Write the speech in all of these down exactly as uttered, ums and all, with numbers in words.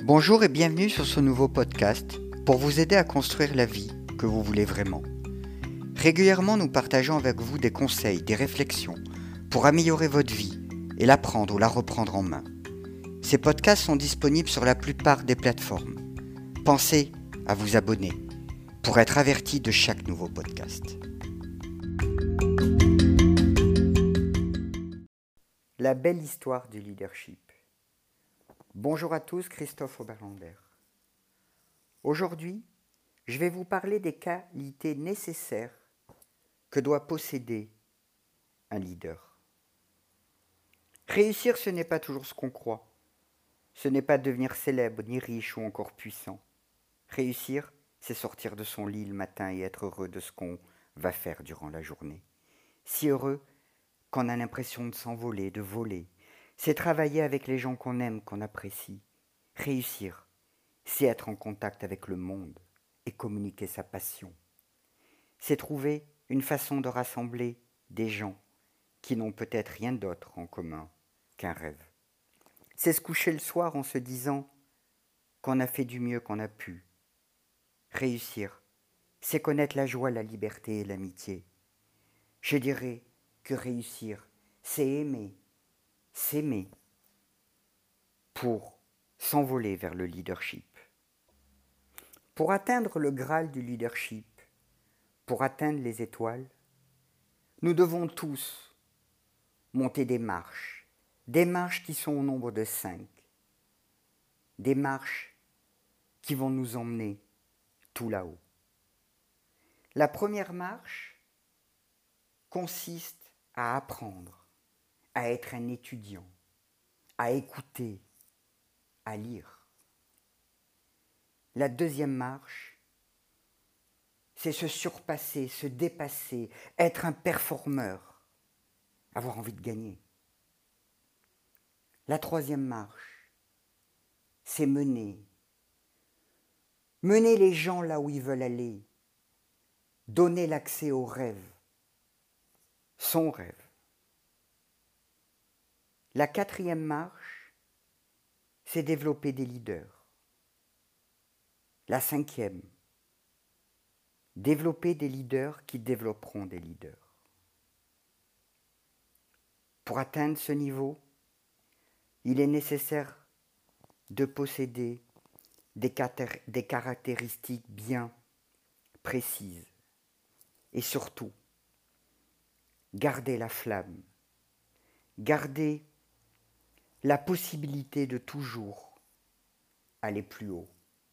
Bonjour et bienvenue sur ce nouveau podcast pour vous aider à construire la vie que vous voulez vraiment. Régulièrement, nous partageons avec vous des conseils, des réflexions pour améliorer votre vie et la prendre ou la reprendre en main. Ces podcasts sont disponibles sur la plupart des plateformes. Pensez à vous abonner pour être averti de chaque nouveau podcast. La belle histoire du leadership. Bonjour à tous, Christophe Oberlander. Aujourd'hui, je vais vous parler des qualités nécessaires que doit posséder un leader. Réussir, ce n'est pas toujours ce qu'on croit. Ce n'est pas devenir célèbre, ni riche ou encore puissant. Réussir, c'est sortir de son lit le matin et être heureux de ce qu'on va faire durant la journée. Si heureux qu'on a l'impression de s'envoler, de voler. C'est travailler avec les gens qu'on aime, qu'on apprécie. Réussir, c'est être en contact avec le monde et communiquer sa passion. C'est trouver une façon de rassembler des gens qui n'ont peut-être rien d'autre en commun qu'un rêve. C'est se coucher le soir en se disant qu'on a fait du mieux qu'on a pu. Réussir, c'est connaître la joie, la liberté et l'amitié. Je dirais que réussir, c'est aimer, s'aimer pour s'envoler vers le leadership. Pour atteindre le Graal du leadership, pour atteindre les étoiles, nous devons tous monter des marches, des marches qui sont au nombre de cinq, des marches qui vont nous emmener tout là-haut. La première marche consiste à apprendre, à être un étudiant, à écouter, à lire. La deuxième marche, c'est se surpasser, se dépasser, être un performeur, avoir envie de gagner. La troisième marche, c'est mener. Mener les gens là où ils veulent aller. Donner l'accès au rêve, son rêve. La quatrième marche, c'est développer des leaders. La cinquième, développer des leaders qui développeront des leaders. Pour atteindre ce niveau, il est nécessaire de posséder des, cater- des caractéristiques bien précises et surtout garder la flamme, garder la possibilité de toujours aller plus haut.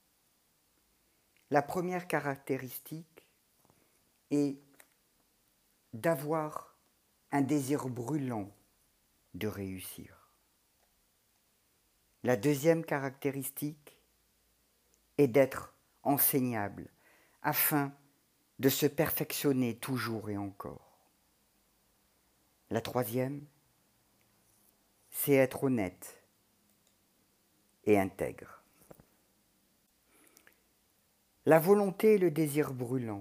La première caractéristique est d'avoir un désir brûlant de réussir. La deuxième caractéristique est d'être enseignable afin de se perfectionner toujours et encore. La troisième, c'est être honnête et intègre. La volonté et le désir brûlant.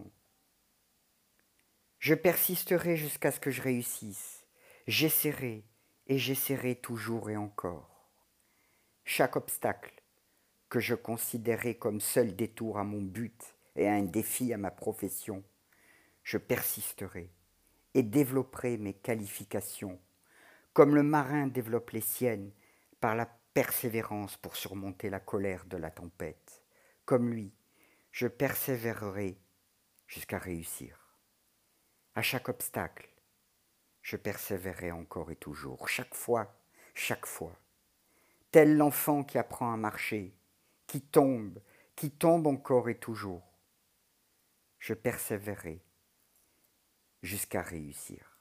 Je persisterai jusqu'à ce que je réussisse. J'essaierai et j'essaierai toujours et encore. Chaque obstacle que je considérais comme seul détour à mon but et un défi à ma profession, je persisterai et développerai mes qualifications, comme le marin développe les siennes par la persévérance pour surmonter la colère de la tempête. Comme lui, je persévérerai jusqu'à réussir. À chaque obstacle, je persévérerai encore et toujours, chaque fois, chaque fois. Tel l'enfant qui apprend à marcher, qui tombe, qui tombe encore et toujours. Je persévérerai jusqu'à réussir.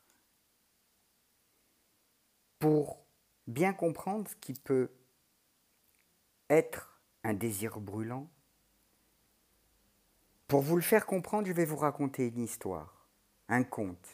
Pour bien comprendre ce qui peut être un désir brûlant, pour vous le faire comprendre, je vais vous raconter une histoire, un conte.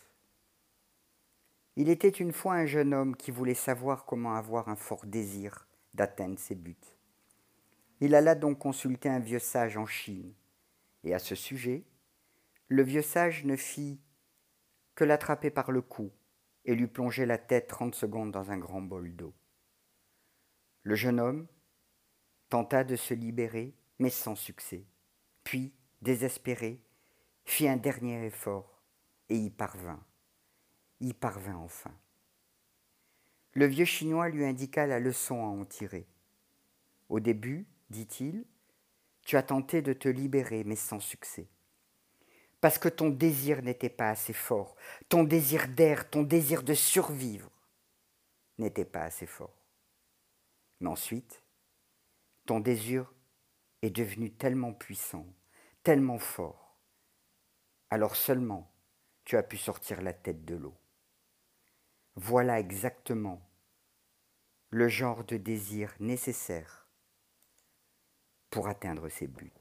Il était une fois un jeune homme qui voulait savoir comment avoir un fort désir d'atteindre ses buts. Il alla donc consulter un vieux sage en Chine, et à ce sujet, le vieux sage ne fit que l'attraper par le cou et lui plonger la tête trente secondes dans un grand bol d'eau. Le jeune homme tenta de se libérer, mais sans succès. Puis, désespéré, fit un dernier effort et y parvint. Y parvint enfin. Le vieux Chinois lui indiqua la leçon à en tirer. Au début, dit-il, tu as tenté de te libérer, mais sans succès. Parce que ton désir n'était pas assez fort, ton désir d'air, ton désir de survivre n'était pas assez fort. Mais ensuite, ton désir est devenu tellement puissant, tellement fort, alors seulement tu as pu sortir la tête de l'eau. Voilà exactement le genre de désir nécessaire pour atteindre ses buts.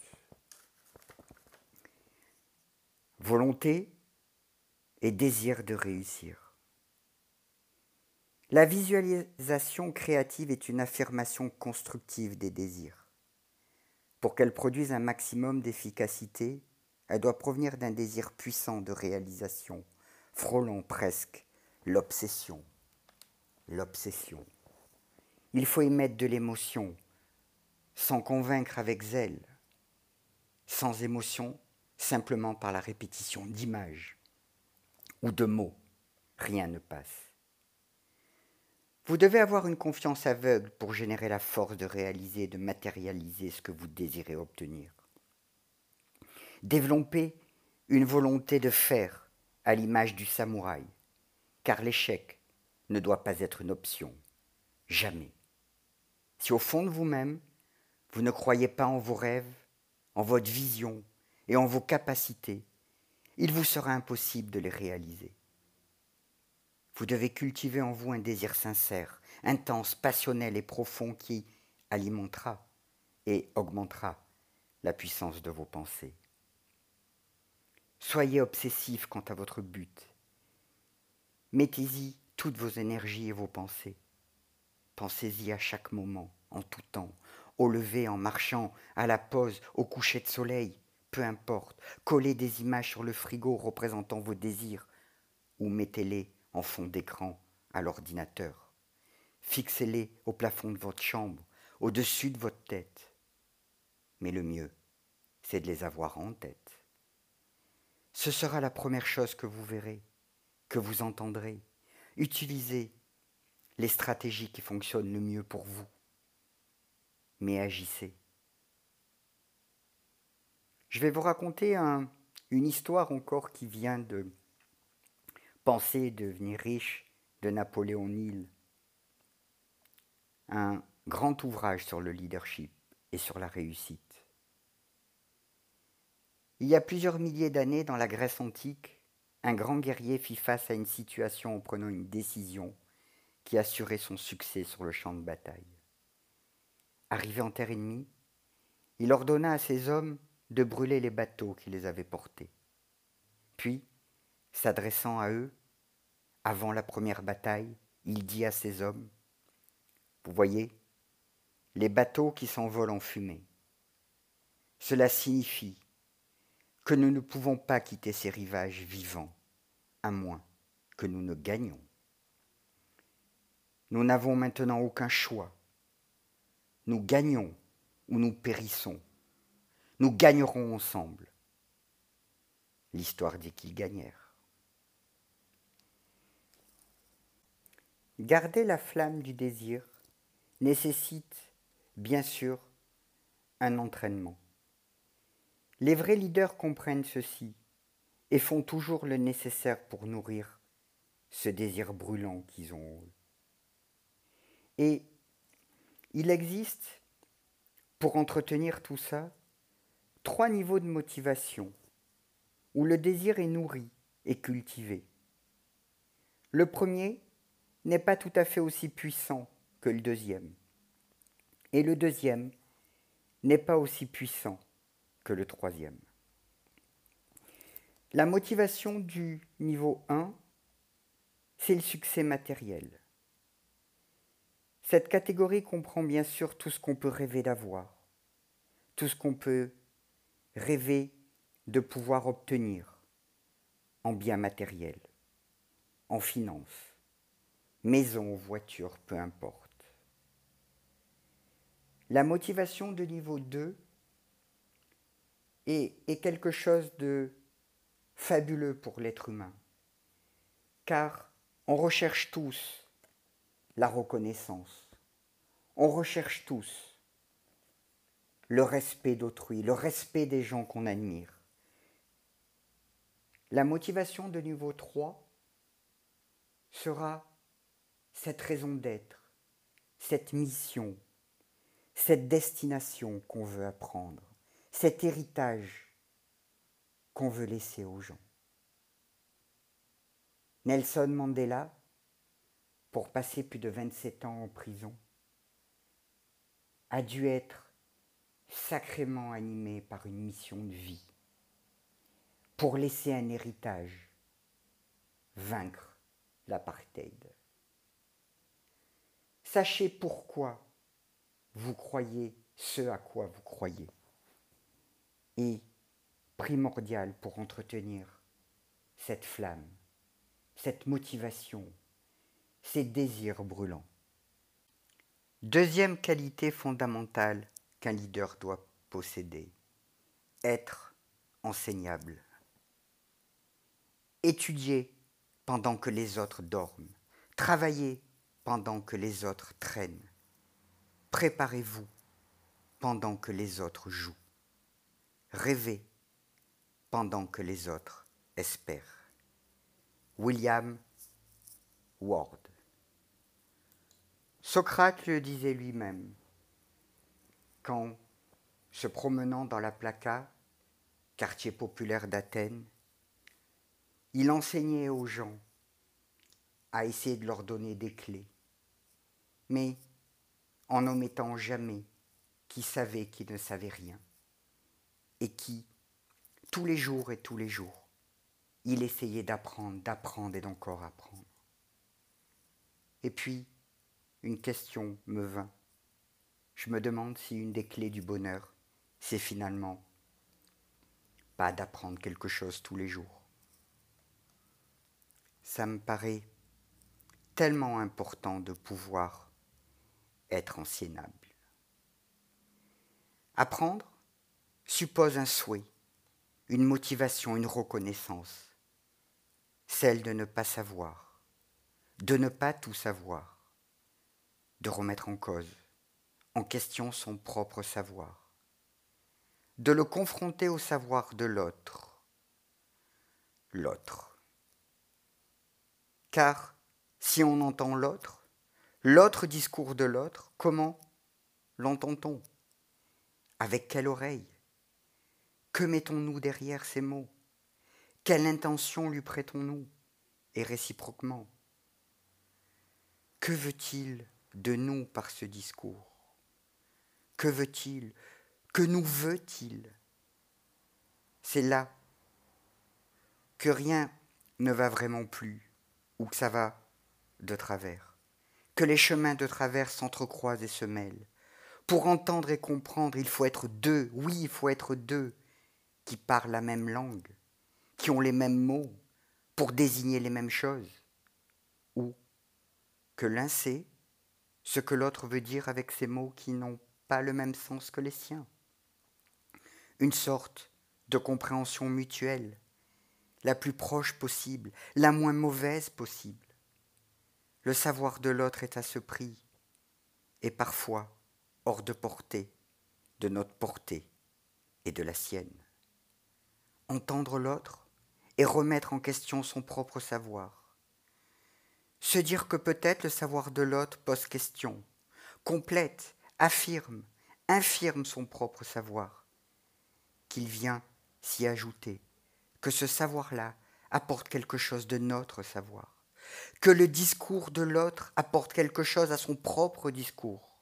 Volonté et désir de réussir. La visualisation créative est une affirmation constructive des désirs. Pour qu'elle produise un maximum d'efficacité, elle doit provenir d'un désir puissant de réalisation, frôlant presque l'obsession. L'obsession. Il faut émettre de l'émotion, sans convaincre avec zèle, sans émotion, simplement par la répétition d'images ou de mots. Rien ne passe. Vous devez avoir une confiance aveugle pour générer la force de réaliser et de matérialiser ce que vous désirez obtenir. Développez une volonté de faire à l'image du samouraï, car l'échec ne doit pas être une option. Jamais. Si au fond de vous-même, vous ne croyez pas en vos rêves, en votre vision et en vos capacités, il vous sera impossible de les réaliser. Vous devez cultiver en vous un désir sincère, intense, passionnel et profond qui alimentera et augmentera la puissance de vos pensées. Soyez obsessif quant à votre but. Mettez-y toutes vos énergies et vos pensées. Pensez-y à chaque moment, en tout temps, au lever, en marchant, à la pause, au coucher de soleil, peu importe. Collez des images sur le frigo représentant vos désirs ou mettez-les en fond d'écran à l'ordinateur. Fixez-les au plafond de votre chambre, au-dessus de votre tête. Mais le mieux, c'est de les avoir en tête. Ce sera la première chose que vous verrez, que vous entendrez. Utilisez les stratégies qui fonctionnent le mieux pour vous. Mais agissez. Je vais vous raconter un, une histoire encore qui vient de Penser devenir riche de Napoléon Hill. Un grand ouvrage sur le leadership et sur la réussite. Il y a plusieurs milliers d'années, dans la Grèce antique, un grand guerrier fit face à une situation en prenant une décision qui assurait son succès sur le champ de bataille. Arrivé en terre ennemie, il ordonna à ses hommes de brûler les bateaux qui les avaient portés. Puis, s'adressant à eux, avant la première bataille, il dit à ses hommes, « Vous voyez, les bateaux qui s'envolent en fumée. Cela signifie que nous ne pouvons pas quitter ces rivages vivants, à moins que nous ne gagnions. Nous n'avons maintenant aucun choix. Nous gagnons ou nous périssons. Nous gagnerons ensemble. » L'histoire dit qu'ils gagnèrent. Garder la flamme du désir nécessite, bien sûr, un entraînement. Les vrais leaders comprennent ceci et font toujours le nécessaire pour nourrir ce désir brûlant qu'ils ont en eux. Et il existe, pour entretenir tout ça, trois niveaux de motivation où le désir est nourri et cultivé. Le premier n'est pas tout à fait aussi puissant que le deuxième. Et le deuxième n'est pas aussi puissant que le troisième. La motivation du niveau un, c'est le succès matériel. Cette catégorie comprend bien sûr tout ce qu'on peut rêver d'avoir, tout ce qu'on peut rêver de pouvoir obtenir en biens matériels, en finances, maison, voiture, peu importe. La motivation de niveau deux est, est quelque chose de fabuleux pour l'être humain, car on recherche tous la reconnaissance, on recherche tous le respect d'autrui, le respect des gens qu'on admire. La motivation de niveau trois sera cette raison d'être, cette mission, cette destination qu'on veut apprendre, cet héritage qu'on veut laisser aux gens. Nelson Mandela, pour passer plus de vingt-sept ans en prison, a dû être sacrément animé par une mission de vie, pour laisser un héritage, vaincre l'apartheid. Sachez pourquoi vous croyez ce à quoi vous croyez. Et primordial pour entretenir cette flamme, cette motivation, ces désirs brûlants. Deuxième qualité fondamentale qu'un leader doit posséder, être enseignable. Étudier pendant que les autres dorment, travailler pendant que les autres traînent. Préparez-vous pendant que les autres jouent. Rêvez pendant que les autres espèrent. William Ward. Socrate le disait lui-même quand, se promenant dans la Plaka, quartier populaire d'Athènes, il enseignait aux gens à essayer de leur donner des clés, mais en n'omettant jamais qui savait qui ne savait rien, et qui, tous les jours et tous les jours, il essayait d'apprendre, d'apprendre et d'encore apprendre. Et puis, une question me vint. Je me demande si une des clés du bonheur, c'est finalement pas d'apprendre quelque chose tous les jours. Ça me paraît tellement important de pouvoir être enseignable. Apprendre suppose un souhait, une motivation, une reconnaissance, celle de ne pas savoir, de ne pas tout savoir, de remettre en cause, en question son propre savoir, de le confronter au savoir de l'autre, l'autre. Car si on entend l'autre, l'autre discours de l'autre, comment l'entend-on? Avec quelle oreille? Que mettons-nous derrière ces mots? Quelle intention lui prêtons-nous? Et réciproquement, que veut-il de nous par ce discours? Que veut-il? Que nous veut-il? C'est là que rien ne va vraiment plus, ou que ça va de travers, que les chemins de travers s'entrecroisent et se mêlent. Pour entendre et comprendre, il faut être deux, oui, il faut être deux, qui parlent la même langue, qui ont les mêmes mots, pour désigner les mêmes choses, ou que l'un sait ce que l'autre veut dire avec ces mots qui n'ont pas le même sens que les siens. Une sorte de compréhension mutuelle, la plus proche possible, la moins mauvaise possible. Le savoir de l'autre est à ce prix, et parfois hors de portée, de notre portée et de la sienne. Entendre l'autre et remettre en question son propre savoir. Se dire que peut-être le savoir de l'autre pose question, complète, affirme, infirme son propre savoir, qu'il vient s'y ajouter, que ce savoir-là apporte quelque chose de notre savoir, que le discours de l'autre apporte quelque chose à son propre discours.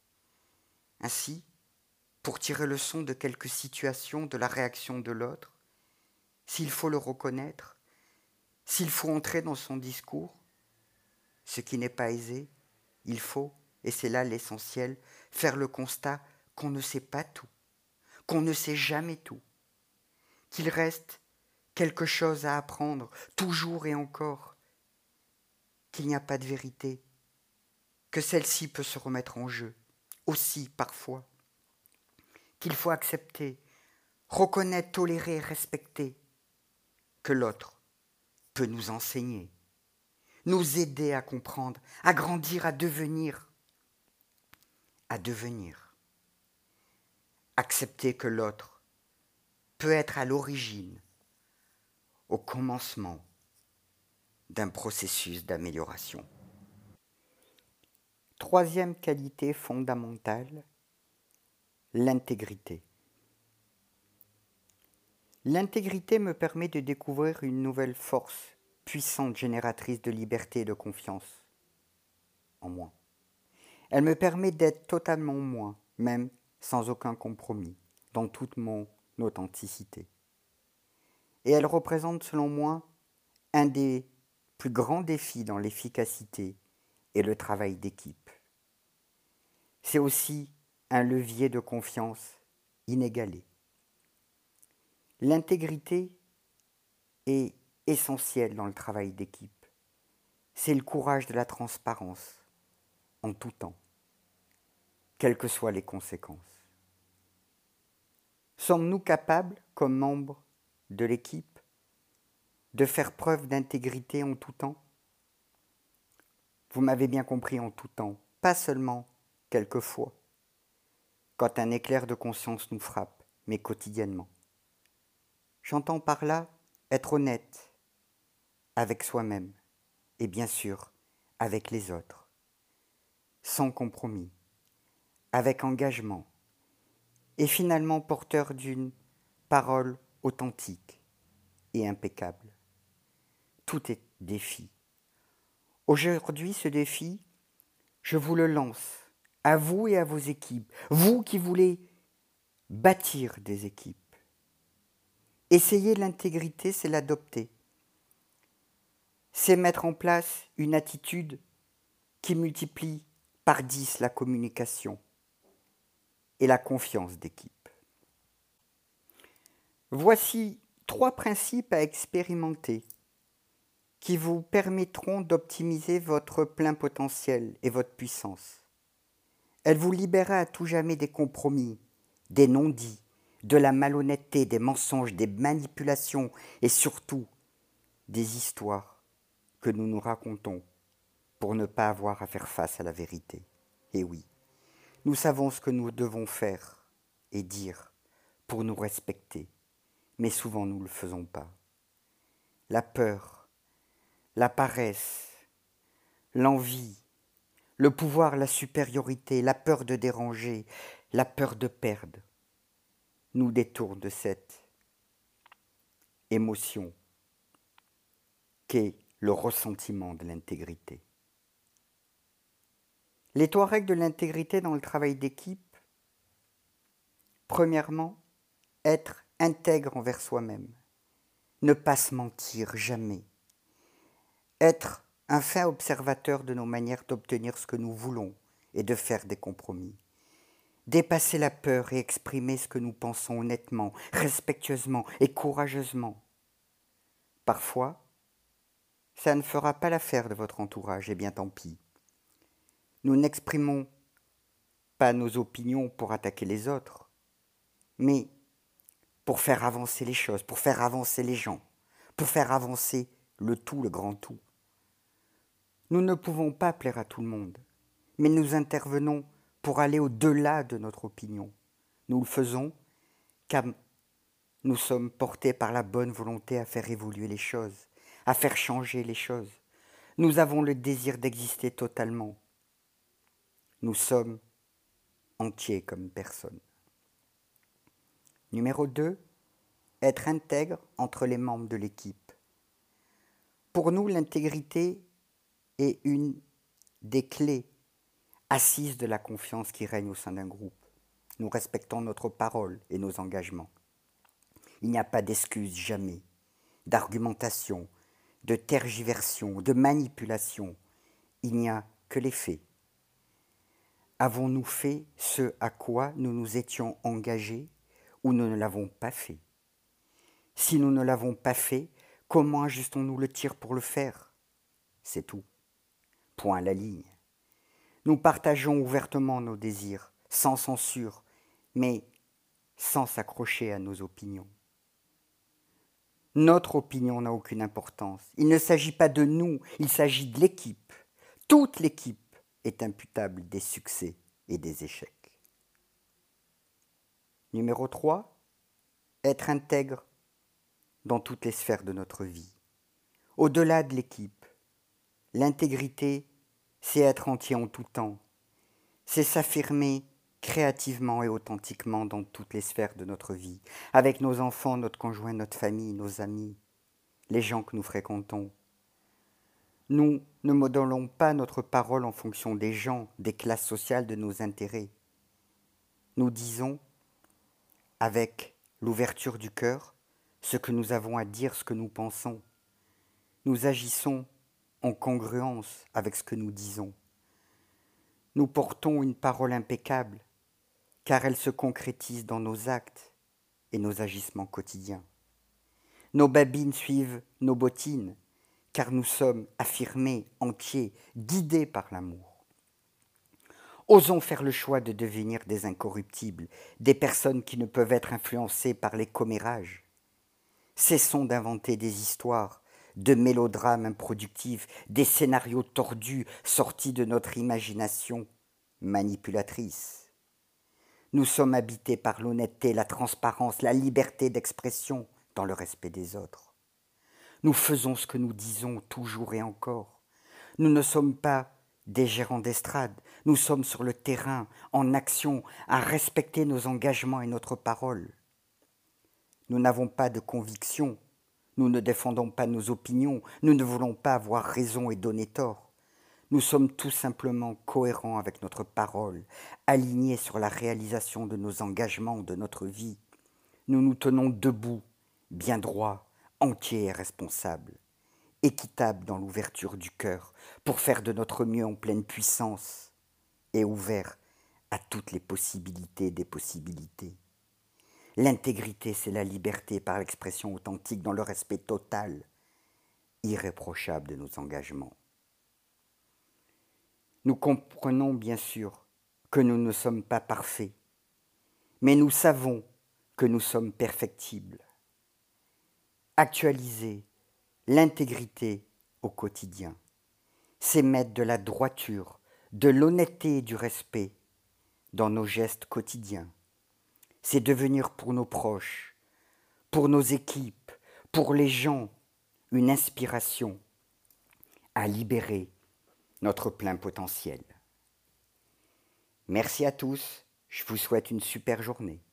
Ainsi, pour tirer leçon de quelque situation de la réaction de l'autre, s'il faut le reconnaître, s'il faut entrer dans son discours, ce qui n'est pas aisé, il faut, et c'est là l'essentiel, faire le constat qu'on ne sait pas tout, qu'on ne sait jamais tout, qu'il reste quelque chose à apprendre, toujours et encore, qu'il n'y a pas de vérité, que celle-ci peut se remettre en jeu, aussi parfois qu'il faut accepter, reconnaître, tolérer, respecter, que l'autre peut nous enseigner, nous aider à comprendre, à grandir, à devenir, à devenir. Accepter que l'autre peut être à l'origine, au commencement d'un processus d'amélioration. Troisième qualité fondamentale, l'intégrité. L'intégrité me permet de découvrir une nouvelle force puissante, génératrice de liberté et de confiance en moi. Elle me permet d'être totalement moi, même sans aucun compromis, dans toute mon authenticité. Et elle représente, selon moi, un des plus grands défis dans l'efficacité et le travail d'équipe. C'est aussi un levier de confiance inégalé. L'intégrité est essentielle dans le travail d'équipe. C'est le courage de la transparence en tout temps, quelles que soient les conséquences. Sommes-nous capables, comme membres de l'équipe, de faire preuve d'intégrité en tout temps? Vous m'avez bien compris, en tout temps, pas seulement quelquefois, quand un éclair de conscience nous frappe, mais quotidiennement. J'entends par là être honnête avec soi-même et bien sûr avec les autres, sans compromis, avec engagement et finalement porteur d'une parole authentique et impeccable. Tout est défi. Aujourd'hui, ce défi, je vous le lance, à vous et à vos équipes, vous qui voulez bâtir des équipes. Essayer l'intégrité, c'est l'adopter. C'est mettre en place une attitude qui multiplie par dix la communication et la confiance d'équipe. Voici trois principes à expérimenter qui vous permettront d'optimiser votre plein potentiel et votre puissance. Elle vous libérera à tout jamais des compromis, des non-dits, de la malhonnêteté, des mensonges, des manipulations et surtout des histoires que nous nous racontons pour ne pas avoir à faire face à la vérité. Et oui, nous savons ce que nous devons faire et dire pour nous respecter, mais souvent nous ne le faisons pas. La peur, la paresse, l'envie, le pouvoir, la supériorité, la peur de déranger, la peur de perdre, nous détournent de cette émotion qu'est le ressentiment de l'intégrité. Les trois règles de l'intégrité dans le travail d'équipe. Premièrement, être intègre envers soi-même. Ne pas se mentir jamais. Être un fin observateur de nos manières d'obtenir ce que nous voulons et de faire des compromis. Dépasser la peur et exprimer ce que nous pensons honnêtement, respectueusement et courageusement. Parfois, ça ne fera pas l'affaire de votre entourage, et bien tant pis. Nous n'exprimons pas nos opinions pour attaquer les autres, mais pour faire avancer les choses, pour faire avancer les gens, pour faire avancer le tout, le grand tout. Nous ne pouvons pas plaire à tout le monde, mais nous intervenons pour aller au-delà de notre opinion. Nous le faisons car nous sommes portés par la bonne volonté à faire évoluer les choses, à faire changer les choses. Nous avons le désir d'exister totalement. Nous sommes entiers comme personne. Numéro deux, être intègre entre les membres de l'équipe. Pour nous, l'intégrité est une des clés assises de la confiance qui règne au sein d'un groupe. Nous respectons notre parole et nos engagements. Il n'y a pas d'excuse jamais, d'argumentation, de tergiversion, de manipulation. Il n'y a que les faits. Avons-nous fait ce à quoi nous nous étions engagés ou nous ne l'avons pas fait? Si nous ne l'avons pas fait, comment ajustons-nous le tir pour le faire? C'est tout. Point à la ligne. Nous partageons ouvertement nos désirs, sans censure, mais sans s'accrocher à nos opinions. Notre opinion n'a aucune importance. Il ne s'agit pas de nous, il s'agit de l'équipe. Toute l'équipe est imputable des succès et des échecs. Numéro trois, être intègre dans toutes les sphères de notre vie. Au-delà de l'équipe, l'intégrité, c'est être entier en tout temps. C'est s'affirmer créativement et authentiquement dans toutes les sphères de notre vie, avec nos enfants, notre conjoint, notre famille, nos amis, les gens que nous fréquentons. Nous ne modelons pas notre parole en fonction des gens, des classes sociales, de nos intérêts. Nous disons, avec l'ouverture du cœur, ce que nous avons à dire, ce que nous pensons. Nous agissons en congruence avec ce que nous disons. Nous portons une parole impeccable, car elle se concrétise dans nos actes et nos agissements quotidiens. Nos babines suivent nos bottines, car nous sommes affirmés, entiers, guidés par l'amour. Osons faire le choix de devenir des incorruptibles, des personnes qui ne peuvent être influencées par les commérages. Cessons d'inventer des histoires, de mélodrames improductifs, des scénarios tordus sortis de notre imagination manipulatrice. Nous sommes habités par l'honnêteté, la transparence, la liberté d'expression dans le respect des autres. Nous faisons ce que nous disons toujours et encore. Nous ne sommes pas des gérants d'estrade, nous sommes sur le terrain, en action, à respecter nos engagements et notre parole. Nous n'avons pas de conviction, nous ne défendons pas nos opinions, nous ne voulons pas avoir raison et donner tort. Nous sommes tout simplement cohérents avec notre parole, alignés sur la réalisation de nos engagements, de notre vie. Nous nous tenons debout, bien droits, entiers et responsables, équitables dans l'ouverture du cœur, pour faire de notre mieux en pleine puissance et ouverts à toutes les possibilités des possibilités. L'intégrité, c'est la liberté par l'expression authentique dans le respect total, irréprochable de nos engagements. Nous comprenons bien sûr que nous ne sommes pas parfaits, mais nous savons que nous sommes perfectibles. Actualiser l'intégrité au quotidien, c'est mettre de la droiture, de l'honnêteté et du respect dans nos gestes quotidiens. C'est devenir pour nos proches, pour nos équipes, pour les gens, une inspiration à libérer notre plein potentiel. Merci à tous, je vous souhaite une super journée.